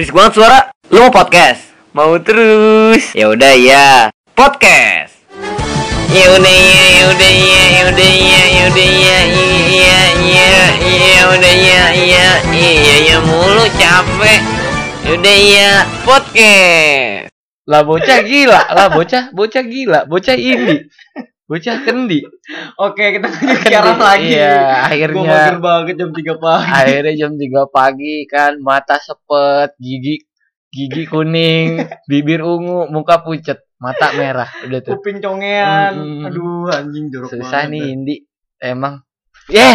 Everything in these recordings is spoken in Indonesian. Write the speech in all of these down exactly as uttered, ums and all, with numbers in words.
Berisik banget suara. Lu mau podcast? Mau terus? Ya udah ya. Podcast. Ya udah ya, ya udah ya, ya udah ya, ya udah ya, iya iya iya, udah ya, iya iya ya mulu capek. Ya udah ya, podcast. Lah bocah gila, lah bocah, bocah gila, bocah indie. Bocah kendi. Oke, kita lanjut siaran lagi. Iya, akhirnya. Gua mager banget jam tiga pagi. Akhirnya jam tiga pagi kan, mata sepet, gigi gigi kuning, bibir ungu, muka pucet, mata merah, udah tuh. Kuping congean. Mm-mm. Aduh, anjing jorok banget. Susah nih Indi, emang. Yeah.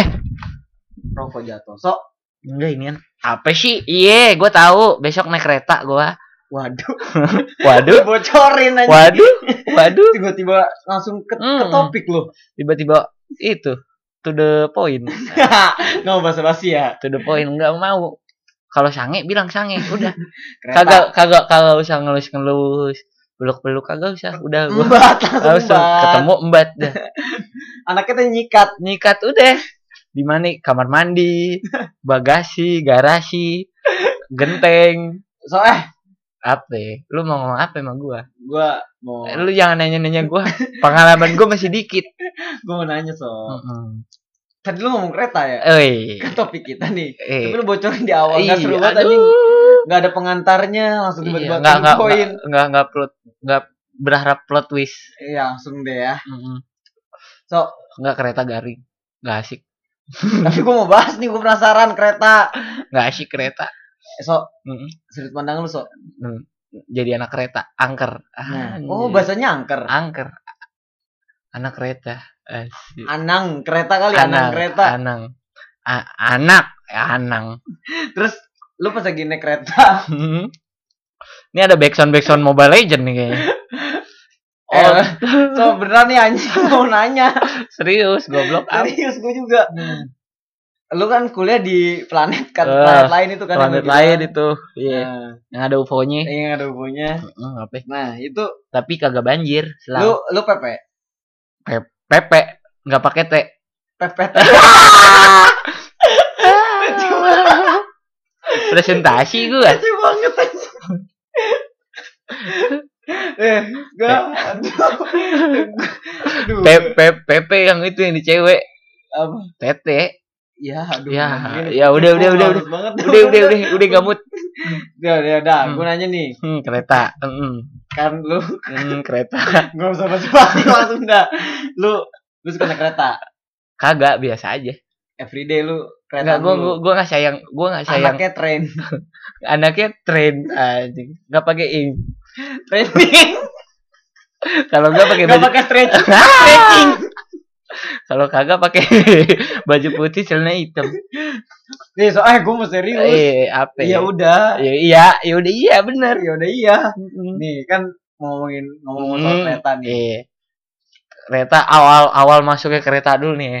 Rokok jatuh. Sok. Enggak ini kan. Apa sih? Iya, gue tahu. Besok naik kereta gue. Waduh. Waduh. Bocorin aja. Waduh. Waduh. Tiba-tiba langsung ke, Mm. ke topik lu. Tiba-tiba itu to the point. Nggak mau basa-basi ya. To the point, enggak mau. Kalau sange bilang sange, udah. Kereta. Kagak kagak kagak usah ngelus-ngelus. Peluk-peluk kagak usah. Udah gua Embat langsung langsung embat. ketemu embat dah. Anaknya tuh nyikat. Nyikat udah. Di mana? Kamar mandi, bagasi, garasi, genteng. So eh Apa? Lu mau ngomong apa emang gua? gua mau Lu jangan nanya-nanya gua. Pengalaman gua masih dikit. gua mau nanya so. Heeh. Tadi lu ngomong kereta ya? Oi. Kan topik kita nih. Eh. Tapi lu bocorin di awal enggak Iya, seru banget aduh. anjing. Enggak ada pengantarnya, langsung Iya, tiba-tiba enggak enggak poin. enggak enggak enggak plot enggak berharap plot twist. Iya, langsung deh ya. Heeh. So, Enggak kereta garing. Enggak asik. tapi gua mau bahas nih, gua penasaran kereta. Enggak asik kereta. Eh, so, Heeh. sudut pandang lu, so. Hmm. Jadi anak kereta, angker. Nah, Anjir. oh, bahasanya angker. angker. Anak kereta. Asik. Anang, kereta kali, anang, kereta. Anang. A- anak, ya, anang. Terus lu pas lagi naik kereta, Hmm. Ini ada backsound backsound Mobile Legend nih kayaknya. oh, Oh, so beneran nih anjing mau nanya. serius goblok. Am. Serius gua juga. Hmm. Lu kan kuliah di planet kan, Eh, planet lain itu kan. yang Planet lu lain bilang. itu. Iya. Nah, Yang ada U F O-nya. yang ada hubungannya. Heeh, apa? Nah, itu Tapi kagak banjir, lu selalu. lu P P. Pepe enggak pakai T. Pepet. Presentasi gua. Lucu banget anjing. Eh, gua aduh. Aduh. Pe- pe- Pepe yang itu yang di cewek. Apa? Tete. Ya, aduh. Ya, gini. ya udah udah udah udah. Males banget. Udah udah udah udah gamut. Udah, udah, udah. Hmm. Gua nanya nih, Hmm, kereta. Heeh. kan lu Hmm, kereta. enggak usah basa-basi langsung dah. Lu lu suka naik kereta? Kagak, biasa aja. Everyday lu Enggak, kereta gua dulu. gua gua enggak sayang, gua enggak sayang Anaknya train. anaknya train anjing. Enggak pakai ing. Training. Kalau enggak pakai Enggak baju pakai stretching. Stretching. kalau kagak pakai baju putih celana hitam. Nih, soalnya gue mau serius. Eh, apa? Ya udah. Ya, iya, ya udah iya bener. Ya udah iya. Mm. Nih, kan ngomongin ngomong soal Hmm, kereta nih. Iya. Kereta awal awal masuknya kereta dulu nih ya.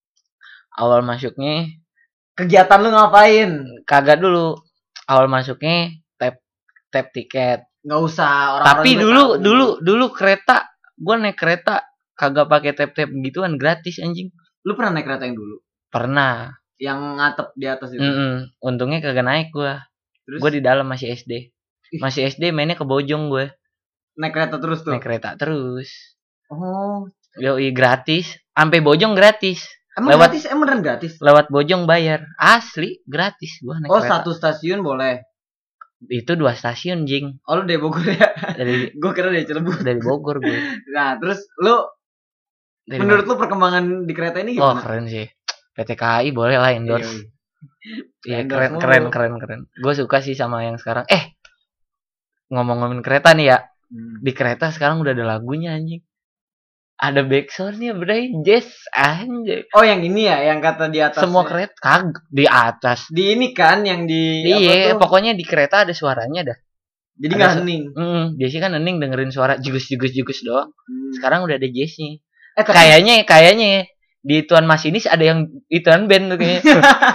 Awal masuknya Kegiatan lu ngapain? kagak dulu. Awal masuknya tap tap tiket. Nggak usah orang-orang Tapi juga dulu tahu. dulu dulu kereta gua naik kereta kagak pakai tap tap gituan gratis anjing. Lu pernah naik kereta yang dulu? Pernah. Yang ngatep di atas itu. Mm-mm. Untungnya kagak naik gua. Terus Gua di dalam masih S D. Masih S D mainnya ke Bojong gue. naik kereta terus tuh. Naik kereta terus. Oh. Yoi gratis. Sampai Bojong gratis. Emang Lewat- gratis? Emang beneran gratis? Lewat Bojong bayar. Asli gratis gua naik Oh, kereta. satu stasiun boleh. Itu dua stasiun jing. Oh, lu dari Bogor ya? Dari Gue kira dari Cirebon. dari Bogor gue. Nah, terus lu Dari menurut lu perkembangan di kereta ini Oh gimana? keren sih. P T K I boleh lah endorse. Iya Endorse keren mulu. keren keren keren. Gue suka sih sama yang sekarang. Eh ngomong-ngomongin kereta nih ya. Hmm. Di kereta sekarang udah ada lagunya anjing. Ada backsoundnya bray jazz anjing. Oh, yang ini ya, yang kata di atas. Semua kereta kag di atas. Di ini kan yang di Iya apa tuh? pokoknya di kereta ada suaranya dah. Jadi ada nggak se- hening. Hmm, biasanya kan hening dengerin suara jugus-jugus-jugus doang. Hmm. Sekarang udah ada jazznya. Eh, tapi Kayaknya kayaknya di Tuan Masinis ada yang ituan band tuh kayaknya.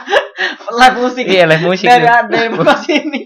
live musik. Iya live musik. Dari tuh. ada yang bahas ini.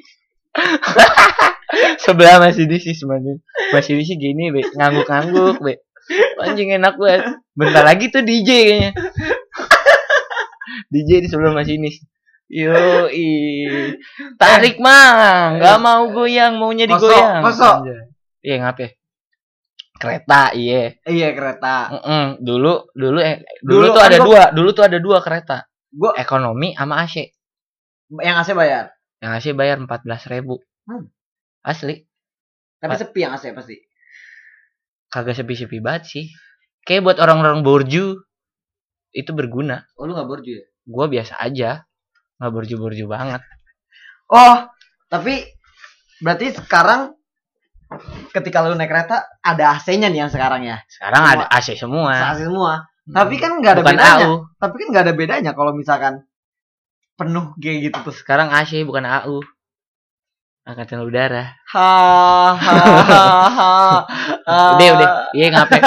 Sebelah Masinis sih sebenarnya. Masinis sih gini be, ngangguk-ngangguk be. Anjing enak banget. Bentar lagi tuh D J kayaknya. D J di sebelah Masinis. Yoi. Tarik mah, nggak mau goyang, maunya Kosok, digoyang. kosok. Anjay. Iya ngapain? Kereta, iya. Iya kereta. Mm-mm. Dulu, dulu eh dulu, Dulu tuh kan ada gua- dua, dulu tuh ada dua kereta. Gua Ekonomi sama A C. yang A C bayar. Yang A C bayar empat belas ribu. Hmm. Asli. Tapi Pak. sepi yang A C pasti. Kagak sepi-sepi banget sih. Kayak buat orang-orang borju itu berguna. Oh lu nggak borju ya? Gua biasa aja. Nggak borju-borju banget. Oh, tapi berarti sekarang ketika lu naik kereta ada A C-nya nih yang sekarang ya. Sekarang Semua. ada A C semua. A C semua. Tapi kan nggak ada Bukan bedanya. A U. Tapi kan nggak ada bedanya kalau misalkan penuh kayak gitu tuh. Sekarang A C bukan A U. Angkatan udara. Ha ha ha ha. Udah, udah. Iya ngapain?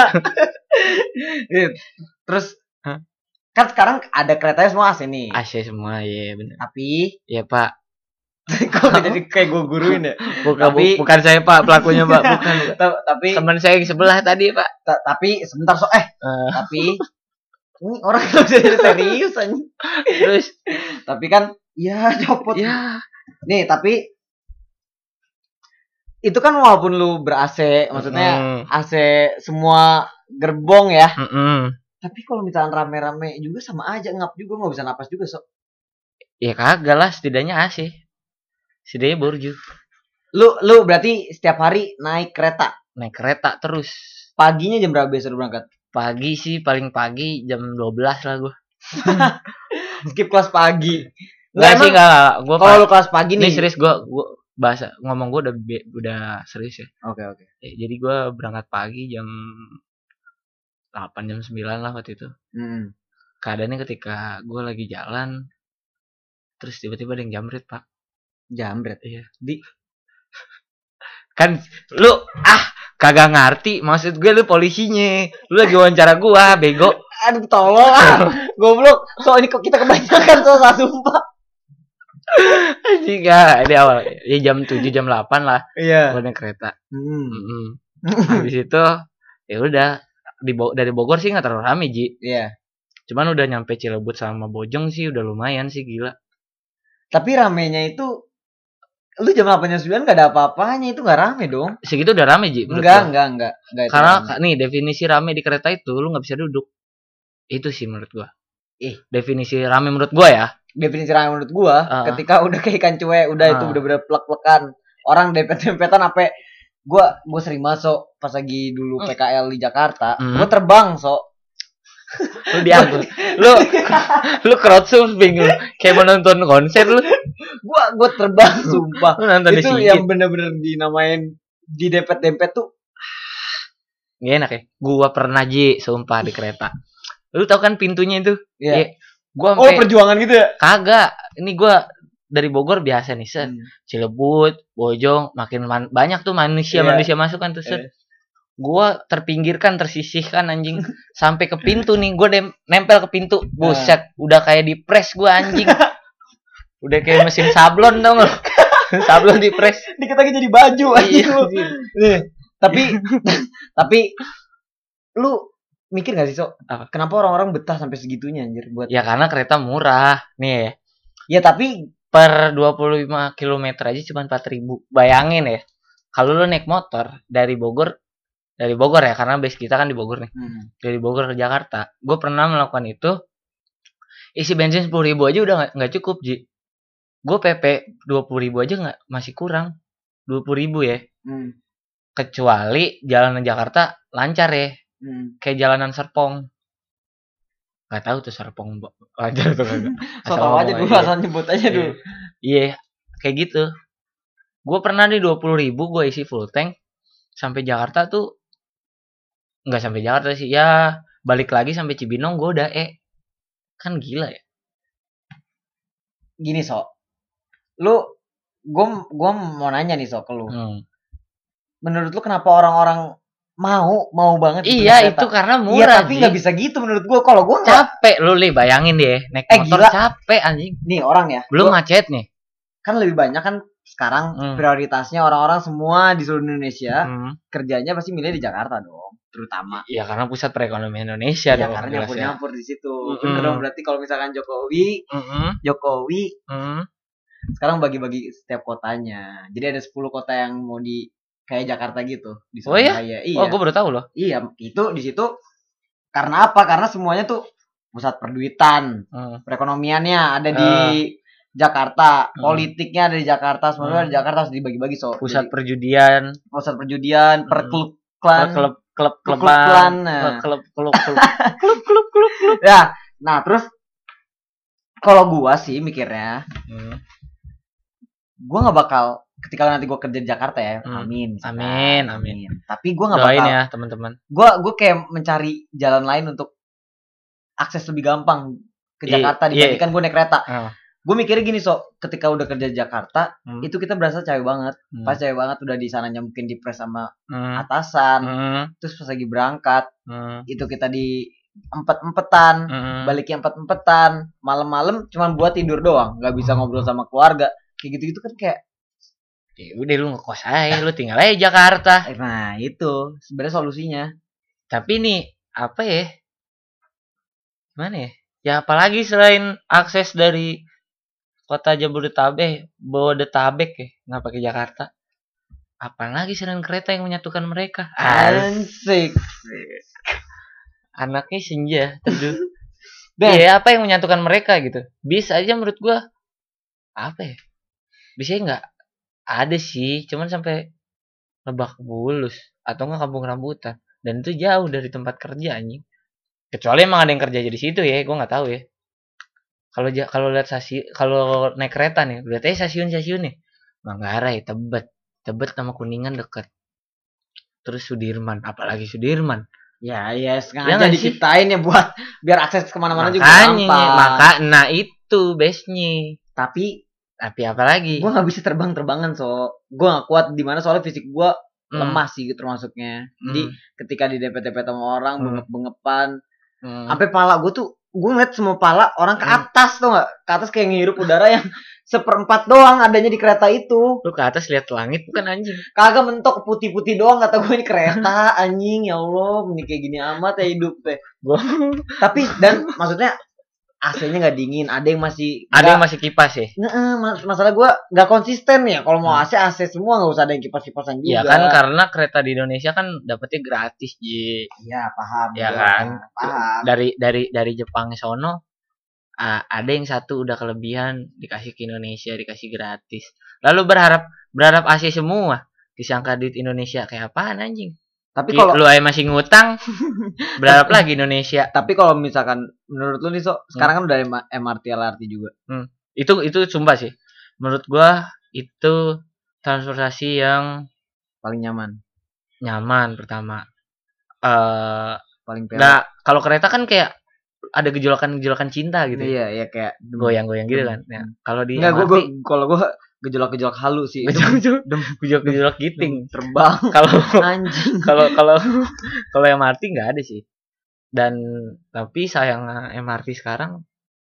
Terus Hah? kan sekarang ada keretanya semua A C nih. A C semua, iya benar. Tapi Iya Pak. kok jadi kayak gue guruin ya? Bukan, Tapi- bu- bukan saya Pak pelakunya Pak. Bukan. bukan. Ta- tapi Teman saya yang sebelah tadi Pak. ta- tapi sebentar so eh Eh, tapi ini orang nggak bisa jadi serius aja. terus Tapi kan ya copot. ya Nih tapi itu kan walaupun lu ber-A C, maksudnya Mm. A C semua gerbong ya. mm-mm. Tapi kalau misalnya rame-rame juga sama aja, ngap juga nggak bisa napas juga so. Ya kagak lah, setidaknya A C. Setidaknya borju. Lu lu berarti setiap hari naik kereta. Naik kereta terus. Paginya jam berapa biasa lu berangkat? Pagi sih paling pagi jam dua belas lah gua. Skip kelas pagi. Enggak sih enggak. Gua Kalau pa- lu kelas pagi ini nih. serius gua gua bahasa ngomong gua udah be- udah serius ya. Oke oke. Ya, jadi gua berangkat pagi jam delapan jam sembilan lah waktu itu. Hmm. Keadaannya ketika gua lagi jalan terus tiba-tiba ada yang jamret, Pak. Jambret. Iya. Di kan lu ah kagak ngerti maksud gue lu polisinya. Lu lagi wawancara gua, bego. Aduh tolong ah. Goblok. So ini kok kita kebanyakan so sumpah. Anjing enggak, ini awal. Ya jam tujuh jam delapan lah Iya. gua naik kereta. Hmm. Mm-mm. Habis itu ya udah di Bo- dari Bogor sih nggak terlalu rame Ji. Iya. Cuman udah nyampe Cilebut sama Bojong sih udah lumayan sih gila. Tapi ramenya itu lu jam delapan jam sembilan gak ada apa-apanya, itu gak rame dong. Segitu udah rame Ji. menurut Enggak, gua. enggak, enggak, enggak itu Karena rame. nih definisi rame di kereta itu lu nggak bisa duduk. Itu sih menurut gua. Ih. Definisi rame menurut gua ya. Definisi rame menurut gua Ah. ketika udah kayak ikan cuek, udah itu Ah. udah bener plek-plekan. Orang dempet-dempetan apa gua gua sering masuk pas lagi dulu P K L di Jakarta. Hmm. Gua terbang, so. Lu diangkut. lu lu crowd surfing lu. Kayak mau nonton konser lu. Gua gua terbang sumpah. Lu nonton di Itu sini. yang bener-bener dinamain di dempet-dempet tuh. Nggak enak ya. Gua pernah Ji sumpah di kereta. Lu tau kan pintunya itu? Iya. Iya. Gua Oh, sampai perjuangan gitu ya? kagak. Ini gua dari Bogor biasa nih, set. Hmm. Cilebut, Bojong, makin man- banyak tuh manusia-manusia masuk kan tuh, set. Iya. Gua terpinggirkan, tersisihkan anjing sampai ke pintu nih. Gua dem- nempel ke pintu. Buset, udah kayak di press gua anjing. Udah kayak mesin sablon dong. Sablon di press. Dikit lagi jadi baju anjing Iya, lu. anjing. Nih, tapi tapi lu mikir gak sih, Sok? Apa? Kenapa orang-orang betah sampai segitunya anjir buat Ya karena kereta murah. Nih ya. Ya tapi Per dua puluh lima kilometer aja cuma empat ribu. Bayangin ya. Kalau lu naik motor dari Bogor dari Bogor ya karena base kita kan di Bogor nih. hmm. Dari Bogor ke Jakarta. Gue pernah melakukan itu. Isi bensin sepuluh ribu aja udah nggak nggak cukup Ji. Gue P P dua puluh ribu aja nggak masih kurang. Dua puluh ribu ya. Hmm. Kecuali jalanan Jakarta lancar ya. Hmm. Kayak jalanan Serpong. Gak tahu tuh Serpong Mbak. Lancar tuh kagak. So Asal tau aja ngomong dulu, asal nyebut aja Iya. dulu. Iya, kayak gitu. Gue pernah nih dua puluh ribu gue isi full tank sampai Jakarta tuh nggak sampai Jakarta sih ya balik lagi sampai Cibinong gue udah eh kan gila ya. Gini, Sok. Lu gua gua mau nanya nih, Sok, ke lu. Hmm. Menurut lu kenapa orang-orang mau mau banget gitu Iya naik itu kereta? karena Iya, murah. tapi Ji. nggak bisa gitu menurut gua. Kalau gua nggak, Capek lu li bayangin deh naik Eh, motor gila. capek anjing. nih orang ya. Belum gua- macet nih. kan lebih banyak kan sekarang Hmm. prioritasnya orang-orang semua di seluruh Indonesia Hmm. kerjanya pasti milih di Jakarta dong. terutama. Ya karena pusat perekonomian Indonesia Ya dong. karena jelas ya. nyampur-nyampur di situ. Mm-mm. Bener dong, berarti kalau misalkan Jokowi, Mm-mm. Jokowi Mm. sekarang bagi-bagi setiap kotanya. Jadi ada sepuluh kota yang mau di kayak Jakarta gitu di Oh ya? Surabaya. Oh, Iya. gue baru tahu loh. Iya, itu di situ karena apa? Karena semuanya tuh pusat perduitan, Mm. perekonomiannya ada di Jakarta, Hmm. politiknya ada di Jakarta, semuanya Hmm. ada di Jakarta, harus dibagi-bagi so. Pusat Jadi, perjudian, pusat perjudian, per Hmm. klub klan. klub klub Klub kluban, klan, nah. klub klub klub klub klub klub klub. Ya, nah terus kalau gua sih mikirnya, Hmm. gua nggak bakal ketika nanti gua kerja di Jakarta ya, Hmm. amin, misalkan. Amin, amin. Tapi gua nggak Doain bakal, ya teman-teman. gua gua kayak mencari jalan lain untuk akses lebih gampang ke Iya, Jakarta iya. dibandingkan gua naik kereta. Ah. Gue mikirnya gini so, ketika udah kerja di Jakarta, Hmm. itu kita berasa cewek banget. Hmm. Pas cewek banget udah di sananya mungkin dipres sama Hmm. atasan. Hmm. Terus pas lagi berangkat, Hmm. itu kita di empet-empetan, Hmm. baliknya empet-empetan, malam-malam cuman buat tidur doang, nggak bisa ngobrol sama keluarga. Kayak gitu-gitu kan kayak, Ya udah lu ngekos aja, lu tinggal aja Jakarta. nah itu sebenarnya solusinya. Tapi nih apa ya? Gimana ya? Ya apalagi selain akses dari kota Jabodetabek, Bodetabek ya, nggak pakai Jakarta. Apalagi selain kereta yang menyatukan mereka. Asik. Anaknya senja, teduh. Ben, Iya, apa yang menyatukan mereka gitu? Bis aja menurut gua apa ya? Bisnya nggak ada sih, cuman sampai Lebak Bulus atau nggak Kampung Rambutan. Dan itu jauh dari tempat kerja anjing. Kecuali emang ada yang kerja di situ ya, gua nggak tahu ya. Kalau ja- kalau lihat stasiun, kalau naik kereta nih, lihat aja stasiun-stasiun nih. Manggarai, Tebet, Tebet sama Kuningan deket. Terus Sudirman, apalagi Sudirman. ya ya Ya sengaja nggak sih? diciptain ya buat biar akses kemana-mana juga Makanya, gampang. maka nah itu base-nya. Tapi Tapi apalagi? gue nggak bisa terbang-terbangan so, gue nggak kuat di mana soalnya fisik gue Hmm. lemah sih termasuknya. Jadi Hmm. ketika di depet-depet sama orang Hmm. bengep-bengepan, Hmm. sampai pala gue tuh gue ngeliat semua pala orang ke Hmm. atas tuh nggak, ke atas kayak ngirup udara yang seperempat doang adanya di kereta itu. Lu ke atas lihat langit bukan anjing. Kagak mentok putih-putih doang, kata gue ini kereta anjing ya Allah, ini kayak gini amat ya hidup teh. Gua Tapi dan maksudnya A C-nya nggak dingin, ada yang masih ada yang masih kipas ya. Nah, mas- masalah gue nggak konsisten ya. Kalau mau Hmm. A C A C semua, nggak usah ada yang kipas-kipasan juga. Ya kan karena kereta di Indonesia kan dapetnya gratis, Ji. Iya paham. Ya gua. kan? Paham. Dari dari dari Jepang sono ah, ada yang satu udah kelebihan dikasih ke Indonesia, dikasih gratis. Lalu berharap berharap A C semua. Disangka duit Indonesia kayak apaan anjing? Tapi Ki- kalau lu aja masih ngutang, berharap lagi Indonesia. tapi kalau misalkan menurut lu nih so, sekarang kan udah ada M R T L R T juga. Itu itu sumpah sih. Menurut gua itu transportasi yang Paling nyaman, nyaman pertama. Eh paling pelet. nggak kalau kereta kan kayak ada gejolakan-gejolakan cinta gitu. Iya, iya kayak Goyang-goyang gitu kan. Nah, kalau di Enggak, gue M R T kalau gue gejolak-gejolak halu sih. gejolak Dem gejolak giting. terbang Kalau anjing. kalau kalau kalau M R T nggak ada sih. Dan tapi sayangnya M R T sekarang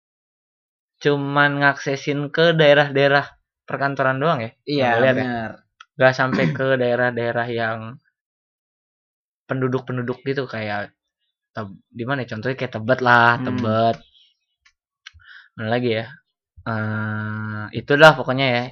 cuman ngaksesin ke daerah-daerah perkantoran doang ya. Iya, Gua lihat ya. benar. Nggak sampai ke daerah-daerah yang penduduk-penduduk gitu kayak Teb- di mana ya? Contohnya kayak Tebet lah, Hmm. Tebet. Mana lagi ya? Eh itulah pokoknya ya.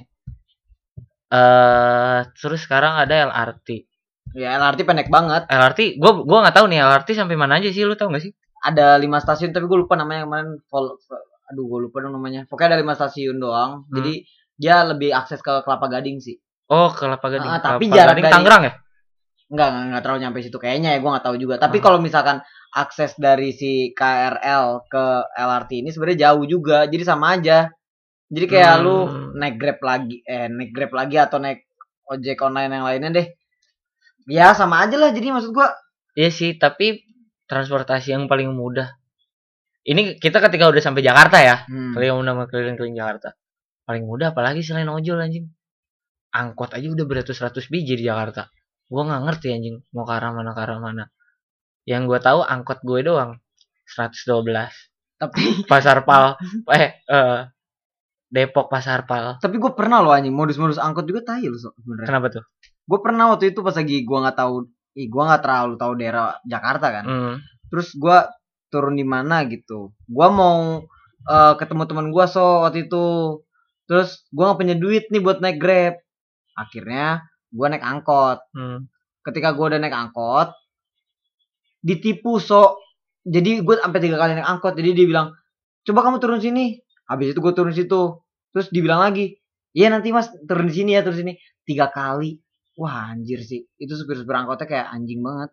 Eh terus sekarang ada L R T. Ya L R T pendek banget. L R T, gua gua nggak tahu nih L R T sampai mana aja sih, lu tahu nggak sih? Ada lima stasiun tapi gue lupa namanya kemarin. Vol- aduh gue lupa dong namanya. Pokoknya ada lima stasiun doang. Hmm. Jadi dia lebih akses ke Kelapa Gading sih. Oh, Kelapa Gading. Ah, tapi Kelapa jarak Gading dari- Tangerang ya? Enggak, enggak, enggak terlalu nyampe situ kayaknya ya, gue nggak tahu juga. Tapi Hmm. kalau misalkan akses dari si K R L ke L R T ini sebenarnya jauh juga. Jadi sama aja. Jadi kayak Hmm. lu naik Grab lagi, eh naik Grab lagi atau naik ojek online yang lainnya deh. Ya sama aja lah. Jadi maksud gua Iya sih, tapi transportasi yang paling mudah. Ini kita ketika udah sampai Jakarta ya, hmm, keliling udah keliling-keliling Jakarta. Paling mudah apalagi selain ojol anjing. Angkot aja udah beratus-ratus biji di Jakarta. Gua nggak ngerti anjing mau ke arah mana ke arah mana. Yang gua tahu angkot gue doang seratus dua belas. tapi Pasar Pal eh eh, Depok Pasar Pal. tapi gue pernah loh anjing modus-modus angkot juga tai loh so, sebenarnya. Kenapa tuh? Gue pernah waktu itu pas lagi gua nggak tahu ih gua nggak terlalu tahu daerah Jakarta kan. Hmm. Terus gua turun di mana gitu. Gua mau eh, ketemu teman gua so waktu itu. Terus gua nggak punya duit nih buat naik Grab. Akhirnya gua naik angkot. Hmm. Ketika gua udah naik angkot, ditipu so. Jadi gue sampai tiga kali naik angkot. Jadi dia bilang, coba kamu turun sini. Habis itu gue turun situ. Terus dibilang lagi, iya nanti mas turun di sini ya, turun sini. Tiga kali. Wah anjir sih. Itu supir-supir angkotnya kayak anjing banget.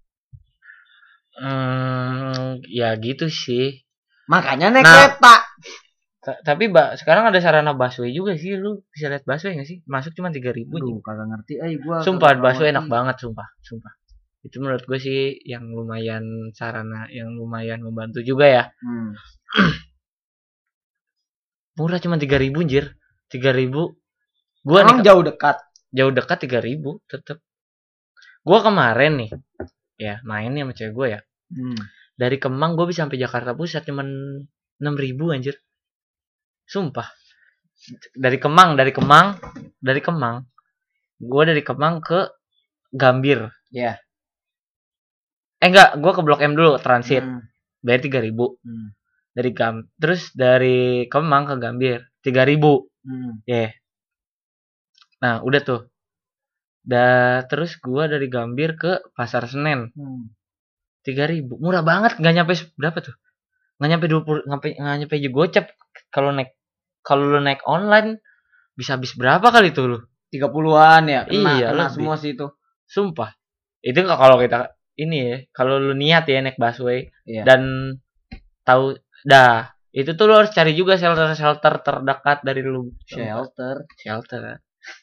Hmm, ya gitu sih. Makanya naik Nah, kereta. Ta- tapi ba- sekarang ada sarana busway juga sih, lu bisa lihat busway nggak sih? Masuk cuma tiga ribu. Aduh kagak ngerti. Eh gua Sumpah kagak busway ngerti. enak banget, sumpah, sumpah. Itu menurut gue sih yang lumayan sarana yang lumayan membantu juga ya. Hmm. Murah cuma tiga ribu anjir. tiga ribu. Gua Emang nih jauh dekat. jauh dekat tiga ribu tetep. Gua kemarin nih ya main nih sama cewek gue ya. Hmm. Dari Kemang gue bisa sampai Jakarta Pusat cuman enam ribu anjir. Sumpah. Dari Kemang, dari Kemang, dari Kemang. Gue dari Kemang ke Gambir. Ya. Eh enggak, gue ke Blok M dulu transit. Hmm. Bayar tiga ribu. Hmm. Dari Gam terus dari Kemang ke Gambir tiga ribu. Hmm. Ya. Yeah. Nah, udah tuh. Da terus gua dari Gambir ke Pasar Senen. Hmm. tiga ribu. Murah banget, enggak nyampe berapa tuh? Enggak nyampe dua puluh, nyampe enggak nyampe gocap. Kalau naik kalau lu naik online bisa habis berapa kali tuh lu? tiga puluhan ya. Kena, Iya, kena lebih. semua sih itu. Sumpah. Itu enggak kalau kita ini ya, kalau lu niat ya naik busway Iya. dan tahu dah, itu tuh lu harus cari juga shelter-shelter terdekat dari lu. Shelter. Shelter.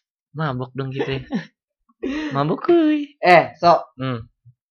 Mabok dong gitu ya. Mabok kuy. Eh, so. Hmm.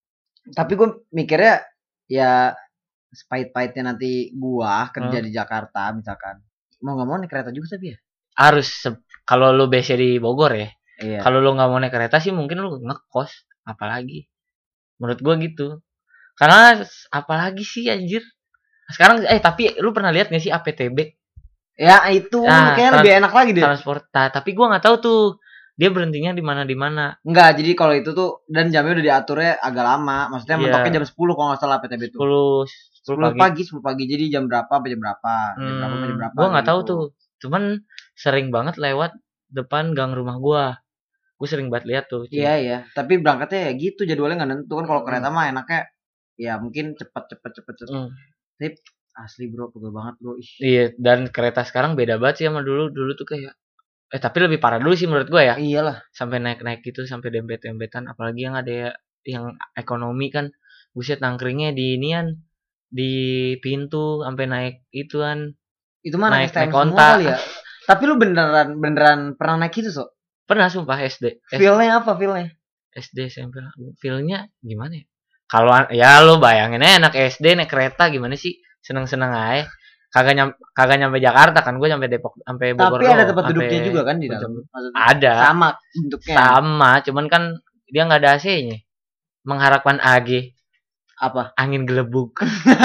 Tapi gue mikirnya ya sepahit-pahitnya nanti gua kerja Hmm. di Jakarta misalkan. Mau nggak mau naik kereta juga tapi ya. Harus se- kalau lu base di Bogor ya. Iya. Kalau lu nggak mau naik kereta sih mungkin lu ngekos, apalagi. Menurut gua gitu. Karena apalagi sih anjir. Sekarang eh tapi lu pernah lihat nggak sih A P T B? Ya itu Nah, kayaknya trans- lebih enak lagi deh. Transport. Nah, tapi gua nggak tahu tuh dia berhentinya di mana di mana. Enggak, jadi kalau itu tuh dan jamnya udah diaturnya agak lama. Maksudnya Iya. mentoknya jam sepuluh kalau nggak salah P T B itu. sepuluh sepuluh pagi. pagi, sepuluh pagi. Jadi jam berapa sampai jam berapa? Jam berapa sampai jam Hmm, berapa? gua nggak tahu gitu. tuh. Cuman sering banget lewat depan gang rumah gua. Gue sering banget lihat tuh. Iya, iya. Tapi berangkatnya ya gitu, jadwalnya nggak nentu kan. Kalau Hmm. kereta mah enaknya ya mungkin cepet cepet cepet cepet. Hmm. Tapi asli bro, pegel banget bro. Ih. Iya, dan kereta sekarang beda banget sih sama dulu. Dulu tuh kayak eh tapi lebih parah dulu sih menurut gue ya. Iyalah. Sampai naik-naik gitu, sampai dempet-dempetan, apalagi yang ada ya, yang ekonomi kan. Buset nangkringnya di inian di pintu sampai naik ituan. Itu mah Naik- naik, naik naik semua kontak. kali ya. Tapi lu beneran beneran pernah naik itu so? Pernah sumpah S D. S- Feelnya apa feelnya? S D S M P. Feel-nya gimana ya? Kalau an- ya lu bayangin aja anak S D naik kereta gimana sih? Seneng-seneng aja. Kagak nyampe kagak nyampe Jakarta kan, gue nyampe Depok sampai Bogor. Tapi ada doang, tempat sampai duduknya juga kan di dalam. Puncak. Maksudnya Ada. sama bentuknya. Sama, cuman kan dia nggak ada A C-nya. Mengharapkan A G, Apa? angin gelembung.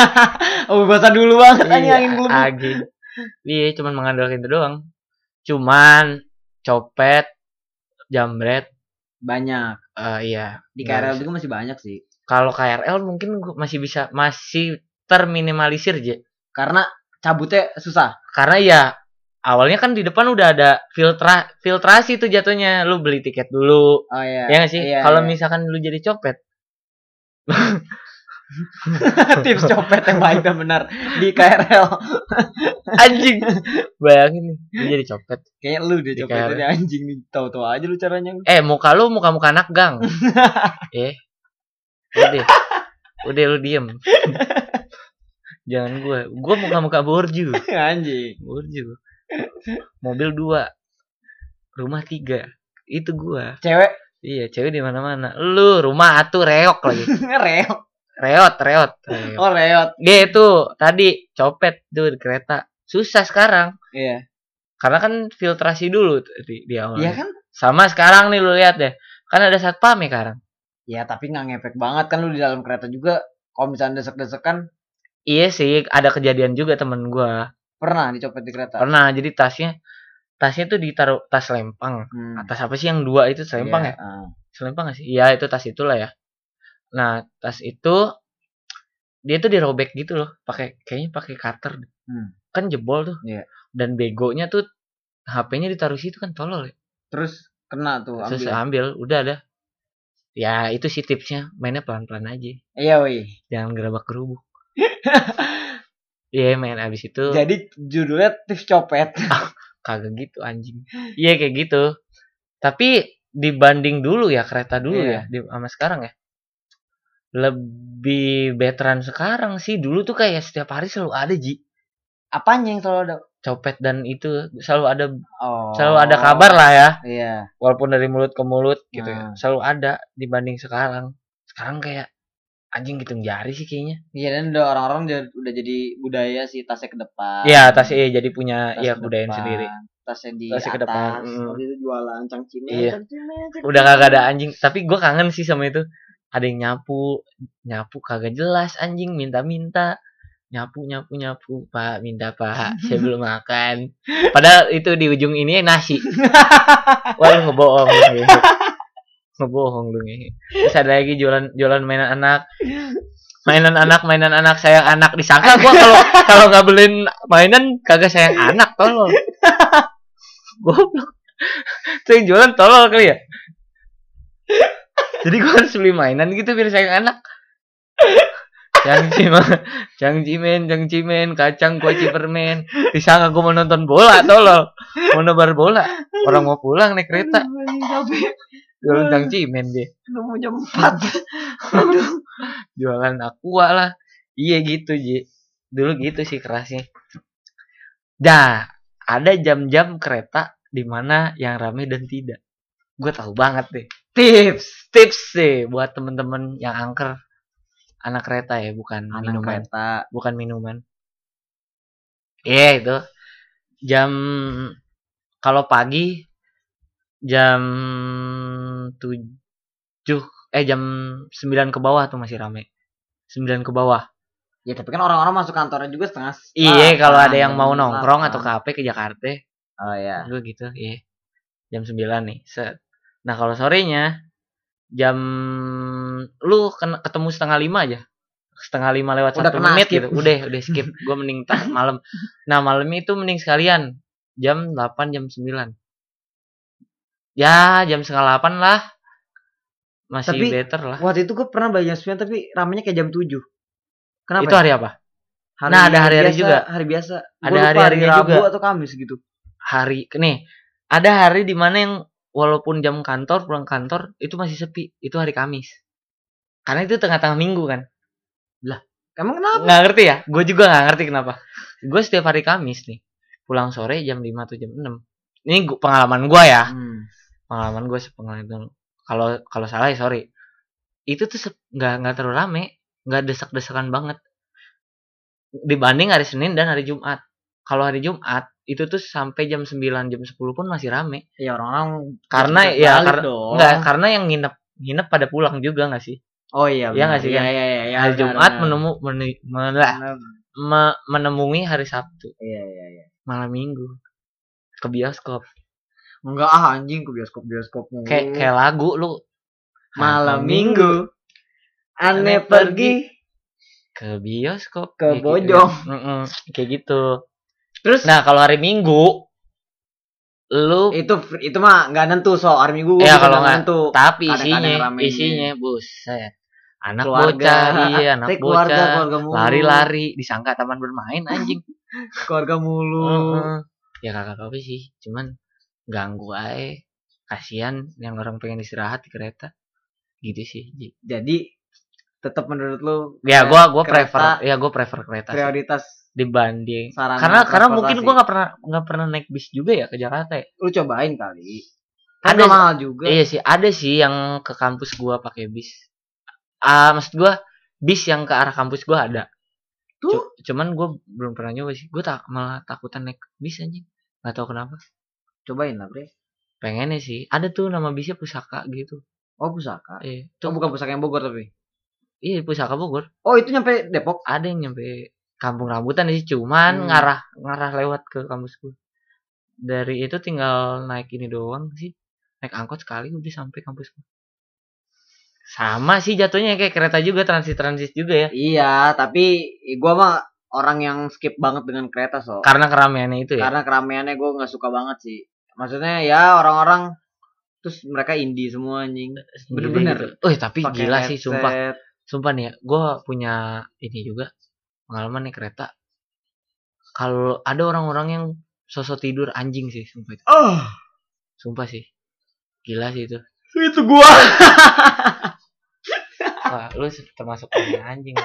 Oh, bahasa dulu banget anjing Iya, angin gelembung. A G. Iya, cuman mengandalkan itu doang. Cuman copet, jambret, Banyak. eh iya. Di K nggak R L bisa. juga masih banyak sih. Kalau K R L mungkin gua masih bisa masih terminimalisir aja. Karena cabutnya susah. Karena ya awalnya kan di depan udah ada filtra filtrasi tuh jatuhnya. Lu beli tiket dulu. Oh iya. Ya nggak sih? Iya, Kalau iya. misalkan lu jadi copet, Tips copet yang baik dan benar di K R L. anjing. Bayangin nih, lu jadi copet. Kayaknya lu deh Di copetnya K R L. di anjing nih. Tahu-tahu aja lu caranya. Eh, muka lu muka-muka anak gang. eh. Udah. Udah lu diem. Jangan gue. Gue muka-muka borju. Anjing. Borju. Mobil dua. Rumah tiga. Itu gua. Cewek Iya, cewek di mana-mana. Lu rumah atuh reok lagi. reot. Reot, reot. reot. Oh, reot. Dia itu tadi copet tuh di kereta. Susah sekarang. Iya. Karena kan filtrasi dulu tuh di, di awal. Iya kan? Sama sekarang nih lu lihat deh. Kan ada satpam ya sekarang. Ya, tapi nggak ngefek banget kan lu di dalam kereta juga. Kalau misalnya desek-desekan Iya sih, ada kejadian juga temen gua. pernah dicopet di kereta. Pernah, jadi tasnya tasnya tuh ditaruh tas lempang. Hmm. Atas apa sih yang dua itu selempang Iya, ya? ah. Selempang gak sih? Iya, itu tas itulah ya. Nah, tas itu dia tuh dirobek gitu loh, pakai kayaknya pakai cutter. Hmm. Kan jebol tuh. Iya. Dan begonya tuh H P-nya ditaruh situ kan tolol ya. Terus kena tuh Terus ambil. ambil, udah ada. Ya, itu sih tipsnya, mainnya pelan-pelan aja. Iya, woi. Jangan gerabak gerubuk. Iya, main abis itu Jadi judulnya tips copet. kagak gitu anjing. Iya kayak gitu. Tapi dibanding dulu ya kereta dulu Iya. ya di, sama sekarang ya. Lebih veteran sekarang sih. Dulu tuh kayak setiap hari selalu ada Ji. Apanya yang selalu ada? Copet dan itu selalu ada Oh. selalu ada kabar lah ya. Iya. Walaupun dari mulut ke mulut gitu ya. Nah. Selalu ada dibanding sekarang. Sekarang kayak anjing hitung jari sih kayaknya. Iya, dan udah orang-orang udah, udah jadi budaya sih tasnya ke depan. Iya, tas iya jadi punya Tas ya ke budaya depan, sendiri. Tasnya di Tasnya ke atas. depan, mm. Habis itu jualan cangcimen, Iya. cangcimen, cangcimen. Udah kagak ada anjing, tapi gue kangen sih sama itu. Ada yang nyapu, nyapu kagak jelas anjing, minta-minta. Nyapu, nyapu, nyapu, Pak, minta Pak, saya belum makan. Padahal itu di ujung ini nasi. Wah, lu ngebohong lu. Nge. Ngebohong lu nih. Terus ada lagi jualan jualan mainan anak. Mainan anak, mainan anak, sayang anak. Disangka gua kalau kalau nggak beliin mainan kagak sayang anak, tolol. Goblok. Itu yang jualan tolol kali ya. Jadi gua harus beli mainan gitu biar sayang anak. Cangcimen, cangcimen, cangcimen, kacang, kuaci permen. Disangka gua mau nonton bola, tolol. Mau nebar bola. Orang mau pulang naik kereta. Jualan cangcimen dia. Udah mau jam empat. Jualan aqua lah. Iya gitu Ji. Dulu gitu sih kerasnya. Dah, ada jam-jam kereta di mana yang rame dan tidak. Gue tahu banget deh. Tips, tips sih buat temen-temen yang angker. Anak kereta ya, bukan Anak minuman. kereta. Bukan minuman. Iya itu. Jam kalau pagi jam tujuh eh jam sembilan ke bawah tuh masih rame. sembilan ke bawah. Ya tapi kan orang-orang masuk kantornya juga setengah. Iya, kalau ada yang jam mau nongkrong delapan. atau ke H P ke Jakarta. Oh iya. Gue gitu, iya. Jam sembilan nih. Set. Nah, kalau sorenya jam lu ken- ketemu setengah lima aja. Setengah lima lewat Udah satu kena menit skip. gitu. Udah, udah skip. Gue mending tak malam. Nah, malam itu mending sekalian. Jam delapan, jam sembilan. Ya, jam setengah delapan lah. Masih Tapi better lah. waktu itu gue pernah belajar sembilan tapi ramenya kayak jam tujuh. Kenapa? Itu ya? hari apa? Hari Nah, ada hari-hari biasa, juga. Hari biasa. Ada Gua lupa hari-harinya hari Rabu juga. atau Kamis gitu. Hari nih, ada hari di mana yang walaupun jam kantor pulang kantor itu masih sepi. Itu hari Kamis. Karena itu tengah-tengah minggu kan. Emang kenapa? Nggak ngerti ya? Gue juga nggak ngerti kenapa. Gue setiap hari Kamis nih pulang sore jam lima atau jam enam. Ini gua, pengalaman gue ya. Hmm. Pengalaman gue sepengalaman. Kalau kalau salah ya sorry. Itu tuh sep- nggak nggak terlalu rame, nggak desak-desakan banget. Dibanding hari Senin dan hari Jumat. Kalau hari Jumat itu tuh sampai jam sembilan jam sepuluh pun masih rame. Ya orang-orang Karena cepet ya balik karena dong. enggak karena yang nginep nginep pada pulang juga nggak sih? Oh iya. Iya nggak benar. sih Iya kan? iya iya. iya, Hari benar, Jumat benar. menemu meni- melah, Benar. me- menemui hari Sabtu Iya iya iya. malam Minggu ke bioskop. Enggak ah anjing ke bioskop-bioskop mulu. Kayak kayak lagu lu Malam Hari Minggu aneh pergi ke bioskop ke Ya, kayak- Bojong. Mm-mm, kayak gitu. Terus Nah kalau hari Minggu lu itu itu mah nggak nentu so hari Minggu gua ya bisa kalau nggak nentu. tapi Kadang-kadang isinya rame isinya buset anak Keluarga. bocah iya anak Teh, keluarga, bocah keluarga mulu. lari-lari disangka taman bermain anjing. keluarga mulu. Heeh. Ya kagak apa sih cuman ganggu aja kasihan yang orang pengen istirahat di kereta gitu sih Ji. Jadi tetap menurut lu Ya gua gua kereta prefer ya gua prefer kereta sih prioritas dibanding sarana karena karena mungkin transportasi. gua nggak pernah nggak pernah naik bis juga ya ke Jakarta ya. Lu cobain kali. Kan Ada nggak mahal juga. Iya sih ada sih yang ke kampus gua pakai bis. Ah maksud gua bis yang ke arah kampus gua ada. Tuh Cu- cuman gua belum pernah nyoba sih. Gua tak malah takutan naik bis anjing. Gak tahu kenapa. cobain lah, Bre. Pengennya sih. Ada tuh nama bisnya Pusaka gitu. Oh, pusaka. Eh, Oh, tuh bukan pusaka yang Bogor tapi. iya Pusaka Bogor. Oh, itu nyampe Depok. Ada yang nyampe Kampung Rambutan sih, cuman Hmm. ngarah ngarah lewat ke kampus gue. Dari itu tinggal naik ini doang sih. Naik angkot sekali udah sampai kampus gue. Sama sih jatuhnya kayak kereta juga, transit-transit juga ya. Iya, tapi gue mah orang yang skip banget dengan kereta so. Karena keramaiannya itu ya. Karena keramaiannya gue nggak suka banget sih. Maksudnya ya orang-orang terus mereka indie semua anjing. Bener-bener. Gitu. Oh, tapi Pakai gila sih headset. sumpah. Sumpah nih ya, gue punya ini juga pengalaman nih kereta. Kalau ada orang-orang yang sosok tidur anjing sih, sumpah itu. Oh, Sumpah sih. Gila sih itu. itu gua. Wah, lu termasuk orang anjing.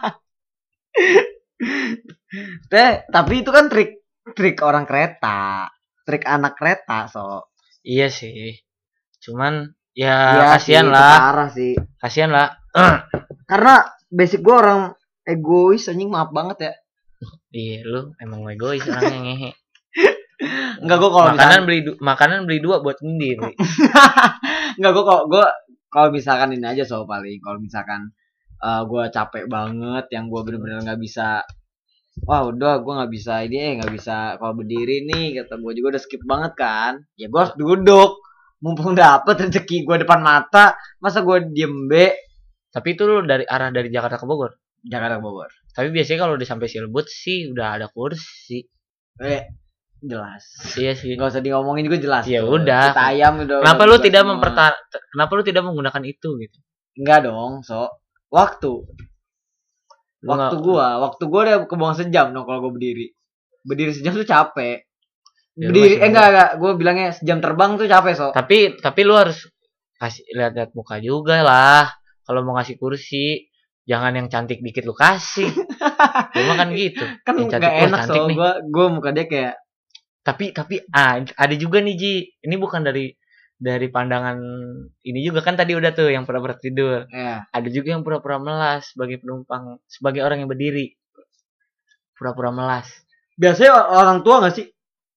Teh, tapi itu kan trik trik orang kereta. Trik anak kereta, so. Iya sih. Cuman ya Iya kasihan sih, itu lah. parah sih. Kasihan lah. Karena basic gua orang egois anjing, maaf banget ya. Iya, lu emang egois orangnya ngehe. Enggak, gua kalau makanan misalkan beli du- makanan beli dua buat sendiri. enggak, gua kalau gua kalau misalkan ini aja so paling kalau misalkan eh, gua capek banget yang gua bener-bener nggak bisa, wah udah gua nggak bisa ini eh nggak bisa kalau berdiri nih, kata gua juga udah skip banget kan, ya gua harus duduk mumpung dapet rezeki gua depan mata, masa gua diem be. Tapi itu lu dari arah dari Jakarta ke Bogor. Jakarta ke Bogor. Tapi biasanya kalau udah sampai Cilebut sih udah ada kursi. Eh, jelas. Iya sih. Nggak usah diomongin juga jelas. Ya tuh. udah. Kita ayam udah. Kenapa udah lu jelas tidak semua. mempertar kenapa lu tidak menggunakan itu gitu? Enggak dong, so. Waktu. Lu Waktu nggak- gua, waktu gua udah kebuang sejam dong kalau gua berdiri. Berdiri sejam tuh capek. Ya, lu Berdiri masih eh enggak enggak, gua bilangnya sejam terbang tuh capek, so. Tapi tapi lu harus kasih lihat-lihat muka juga lah. Kalau mau ngasih kursi, jangan yang cantik dikit lu kasih. Cuma kan gitu. Kan Yang enggak wah, enak, cantik so. nih. Gua gua muka dia kayak Tapi tapi ah, ada juga nih Ji. Ini bukan dari dari pandangan ini juga kan tadi udah tuh yang pura-pura tidur. ya. Ada juga yang pura-pura melas sebagai penumpang, sebagai orang yang berdiri. Pura-pura melas. Biasanya orang tua enggak sih?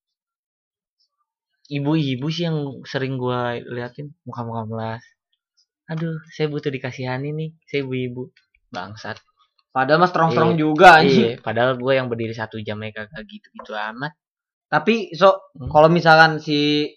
Ibu-ibu sih yang sering gua liatin muka-muka melas. Aduh, saya butuh dikasihani nih. Saya ibu-ibu. Bangsat. Padahal mah strong-strong Iya. juga anjing. Iya, padahal gue yang berdiri satu jam ya kagak gitu-gitu amat. Tapi so Hmm. kalau misalkan si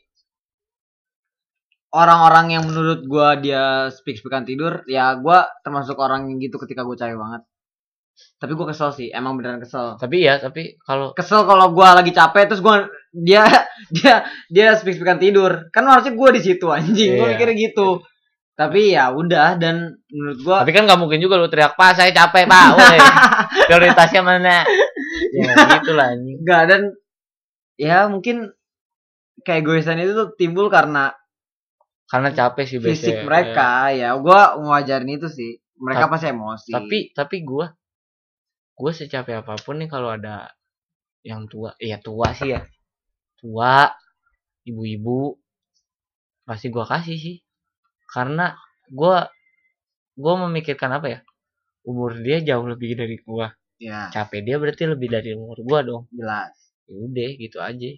orang-orang yang menurut gua dia speak-speakan tidur, ya gua termasuk orang yang gitu ketika gua capek banget. Tapi gua kesel sih, emang beneran kesel. Tapi ya, tapi kalau Kesel kalau gua lagi capek terus gua dia dia dia speak-speakan tidur. Kan harusnya gua di situ anjing. Gua Iya. mikirnya gitu. Tapi ya udah, dan menurut gua tapi kan nggak mungkin juga lu teriak, "Pak, saya capek, Pak." Woi. Prioritasnya mana? Ya gitu lah anjing. enggak, dan ya mungkin keegoisan itu tuh timbul karena Karena capek sih biasanya. fisik mereka, ya gua ngajarin itu sih. Mereka Tapi- pasti emosi. Tapi tapi gue gue secapek apapun nih kalau ada yang tua, ya tua sih ya. Tua, ibu-ibu pasti gua kasih sih. Karena gua gua memikirkan apa ya? Umur dia jauh lebih dari gua. ya Capek dia berarti lebih dari umur gua dong. jelas. Ya udah gitu aja.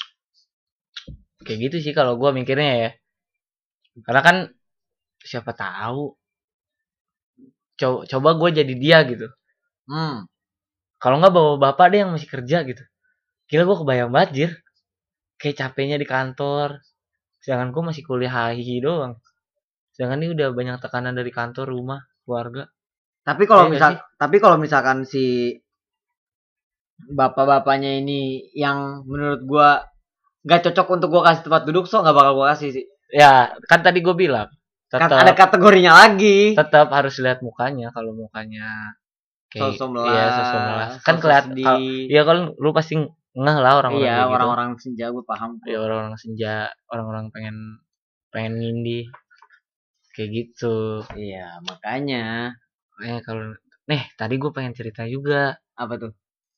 Kayak gitu sih kalau gua mikirnya ya. Karena kan siapa tahu coba coba gua jadi dia gitu. Hmm. Kalau nggak bawa bapak deh yang masih kerja gitu. Gila gua kebayang banget jir. Kayak capeknya di kantor. Sedangkan gua masih kuliah H I doang. Sedangkan ini udah banyak tekanan dari kantor, rumah, keluarga. Tapi kalau Iya nggak misal sih? tapi kalau misalkan si bapak-bapaknya ini yang menurut gua nggak cocok untuk gua kasih tempat duduk, so nggak bakal gua kasih sih. Ya, kan tadi gua bilang Kan tetap ada kategorinya lagi. tetap harus lihat mukanya. Kalau mukanya kayak Sosok melas, iya, sosok melas. Kan sosok kelihatan sedih. kalau iya kan lu pasti ngeh lah orang-orang Iya, kayak gitu. orang-orang senja gua paham. Ya orang-orang senja, orang-orang pengen pengen ngindi kayak gitu. Iya, makanya Eh kalau nih tadi gue pengen cerita juga apa tuh?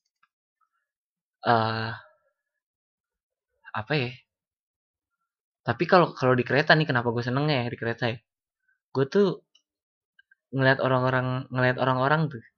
eh apa ya? Tapi kalau kalau di kereta nih kenapa gue seneng ya di kereta ya? Gue tuh ngeliat orang-orang ngeliat orang-orang tuh.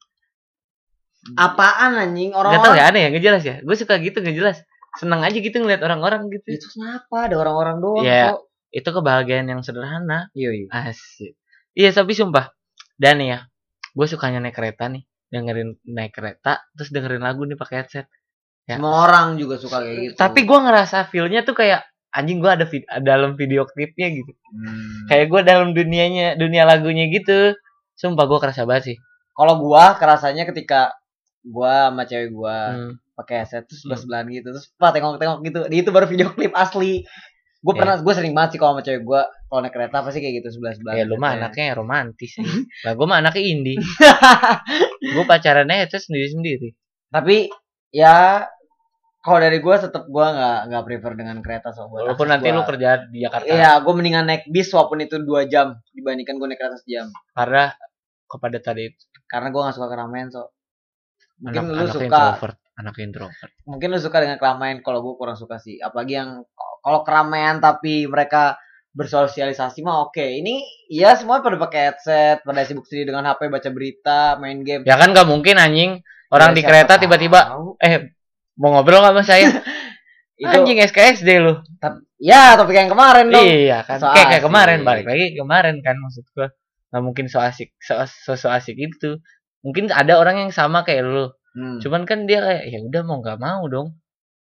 Apaan anjing? Gak tau Orang-orang ya aneh ya, gak jelas ya. Gue suka gitu gak jelas. Seneng aja gitu ngeliat orang-orang gitu. itu kenapa? Ada orang-orang doang Iya. kok. Itu kebahagiaan yang sederhana. Iya, iya. Asik. Iya tapi sumpah. Dan nih ya, gue sukanya naik kereta nih, dengerin naik kereta, terus dengerin lagu nih pakai headset. Ya. Semua orang juga suka kayak gitu. Tapi gue ngerasa feel-nya tuh kayak anjing gue ada vid- dalam video klipnya gitu. Hmm. Kayak gue dalam dunianya, dunia lagunya gitu. Sumpah gue kerasa banget sih. Kalau gua kerasanya ketika gua sama cewek gua Hmm. pakai headset terus sebelah sebelahan gitu terus pak tengok-tengok gitu. Di itu baru video klip asli. Gue Ya. pernah, gue sering banget sih kalau sama cewek gue kalau naik kereta pasti kayak gitu sebelah sebelah. Ya lu mah anaknya romantis sih. Lah gue mah anaknya indie. Gue pacarannya itu sendiri-sendiri. Tapi ya kalau dari gue tetap gue nggak nggak prefer dengan kereta so buat Walaupun akses nanti gua. lu kerja di Jakarta. Iya, gue mendingan naik bis walaupun itu dua jam dibandingkan gue naik kereta sejam. Karena kepadatan itu. Karena gue nggak suka keramaian so. Mungkin Anak, lu anak suka, introvert, anak introvert. mungkin lu suka dengan keramaian. Kalau gue kurang suka sih. Apalagi yang kalau keramaian tapi mereka bersosialisasi mah oke. Ini ya semua pada pakai headset, pada sibuk sendiri dengan H P, baca berita, main game. Ya kan gak mungkin anjing Ya, orang di siapa kereta tahu. tiba-tiba eh mau ngobrol gak sama saya? Itu Anjing S K S D lu. tap- ya topik yang kemarin dong. Iya kan. So Kayak kayak asik. kemarin balik lagi kemarin kan maksud gua. Gak mungkin so asik so, so, so asik itu. Mungkin ada orang yang sama kayak lu. Hmm. Cuman kan dia kayak ya udah mau nggak mau dong.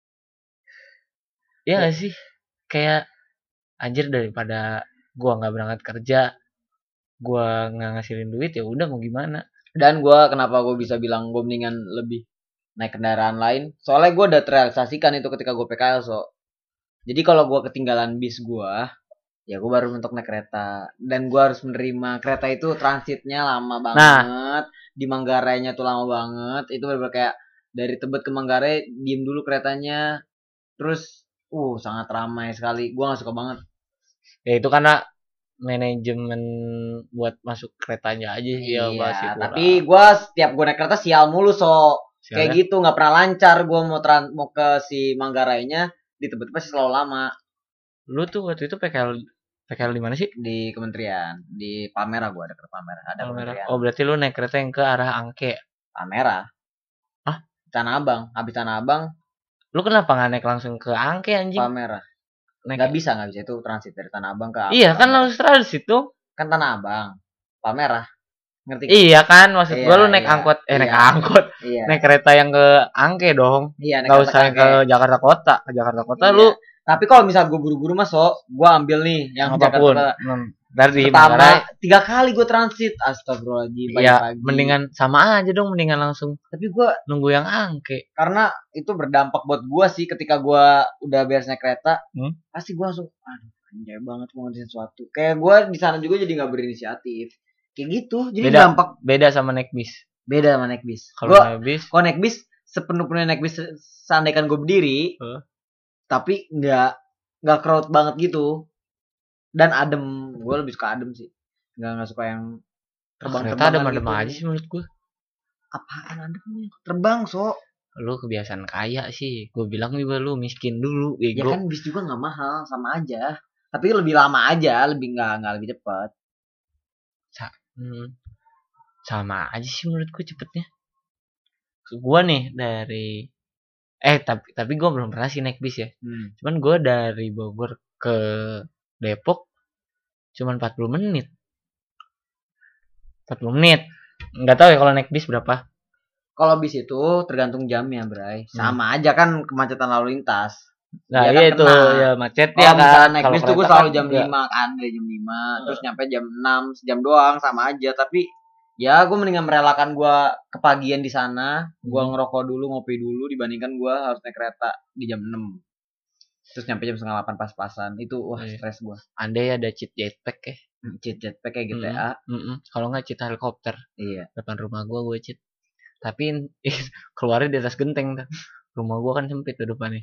Iya gak sih? Kayak anjir daripada gua nggak berangkat kerja, gua nggak ngasilin duit ya udah mau gimana? Dan gue kenapa gue bisa bilang gue mendingan lebih naik kendaraan lain. Soalnya gue udah terrealisasikan itu ketika gue P K L so. Jadi kalau gue ketinggalan bis gue, ya gue baru mentok naik kereta. Dan gue harus menerima kereta itu transitnya lama banget. Di Manggarainya tuh lama banget. Itu bener-bener kayak dari Tebet ke Manggarai diem dulu keretanya. Terus, uh sangat ramai sekali. Gue gak suka banget. Ya itu karena manajemen buat masuk keretanya aja sih ya Iya, masih kurang. tapi gue setiap gue naik kereta sial mulu so. Sialnya? Kayak gitu nggak pernah lancar. Gue mau tran mau ke si Manggarainya di Tebet pasti selalu lama. Lu tuh waktu itu P K L P K L di mana sih? Di kementerian, di Palmerah gue ada ke Palmerah, ada Palmerah. kementerian. Oh berarti lu naik kereta yang ke arah Angke. Palmerah. Hah? Tanah Abang, habis Tanah Abang, Lu kenapa nggak naik langsung ke Angke anjing? Palmerah. Naik... Nggak bisa, nggak bisa itu transit dari Tanah Abang ke. Iya kan Palmerah. harus transit tuh. Kan Tanah Abang, Palmerah, ngerti? Iya kan maksud Iya, gua lu naik iya, angkot eh naik iya. angkot Iya. naik kereta yang ke Angke dong. Iya, naik Nggak kereta usah yang ke kakek. Jakarta Kota. Ke Jakarta Kota Iya. lu Tapi kalau misal gue buru-buru mas so, gue ambil nih yang apapun. Jakarta. Hmm, dari Pertama Manggarai. tiga kali gue transit, astagfirullahaladzim. Ya pagi-pagi. mendingan sama aja dong mendingan langsung Tapi gue nunggu yang Angke. karena itu berdampak buat gue sih ketika gue udah beres naik kereta, Hmm? pasti gue langsung, aduh, anjay banget gue ngerti sesuatu. Kayak gue di sana juga jadi nggak berinisiatif, kayak gitu. Jadi Beda dampak beda sama naik bis. beda sama naik bis. Kalau Gue naik bis kalau naik bis sepenuh-penuhnya naik bis seandainya gue berdiri, Huh? tapi nggak nggak crowd banget gitu dan adem. Gue lebih suka adem sih, nggak nggak suka yang terbang kereta terbang adem-adem gitu. aja sih menurut gua. Apaan ademnya? Terbang so. Lu kebiasaan kaya sih. Gue bilang juga lu miskin dulu, Ya bego. kan bis juga nggak mahal, sama aja. Tapi lebih lama aja, lebih nggak nggak lebih cepat. Hmm. Sama aja sih menurut gue cepetnya. Gua nih dari eh tapi tapi gue belum pernah sih naik bis ya. Hmm. Cuman gue dari Bogor ke Depok cuman empat puluh menit. empat puluh menit. Enggak tahu ya kalau naik bis berapa. Kalau bis itu tergantung jamnya, Bray. Sama aja kan kemacetan lalu lintas. Nah, Dia iya kan itu kena. ya macet Kalau ya misalnya kan. naik Kalau bis tuh gue kereta selalu kan jam enggak. lima kan, dari jam lima, terus nyampe jam enam, sejam doang sama aja. Tapi ya gue mendingan merelakan gue kepagian di sana, gue Hmm. ngerokok dulu, ngopi dulu dibandingkan gue harus naik kereta di jam enam. Terus nyampe jam setengah delapan pas-pasan. Itu wah Iya. stres gue. Andai ada cheat jetpack ya. Cheat jetpack kayak G T A. Mm-mm. Kalau nggak cheat helikopter Iya. depan rumah gua gue cheat. Tapi keluarnya di atas genteng tuh. Rumah gua kan sempit tuh depannya.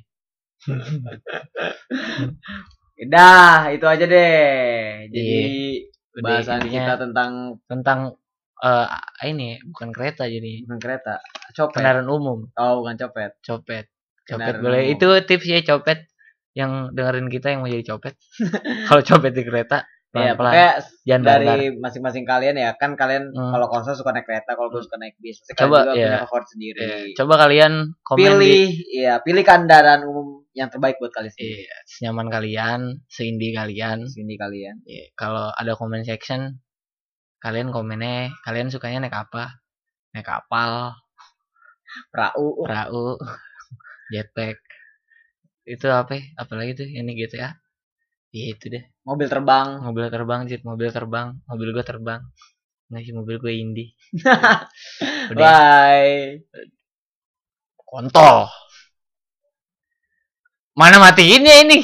Dah, itu aja deh. Jadi Udah, bahasan intinya kita tentang tentang eh ini bukan kereta jadi bukan kereta, copet. kendaraan umum, Oh, bukan copet. copet. Copet Kendaraan boleh. umum. Itu tips ya copet yang dengerin kita yang mau jadi copet. Kalau copet di kereta Ya, pelan-pelan. pokoknya Jangan dari barbar. masing-masing kalian ya kan kalian Hmm. kalau konser suka naik kereta, kalau gue suka naik bis. Pasti Coba, kalian juga ya. punya favorit sendiri. Iya, coba kalian komen di Pilih, ya pilih kendaraan umum yang terbaik buat kalian sendiri. iya, senyaman kalian, seindie kalian. Sini kalian. Iya, kalau ada comment section, kalian komennya, kalian sukanya naik apa? Naik kapal, Perahu. perahu, jetpack. Itu apa? Ya? Apalagi tuh ini G T A. Ya itu deh. Mobil terbang. Mobil terbang, Cit. Mobil terbang. Mobil gue terbang. Nggak sih, mobil gue indie. Udah. Bye. Kontol. Mana matiin ya ini?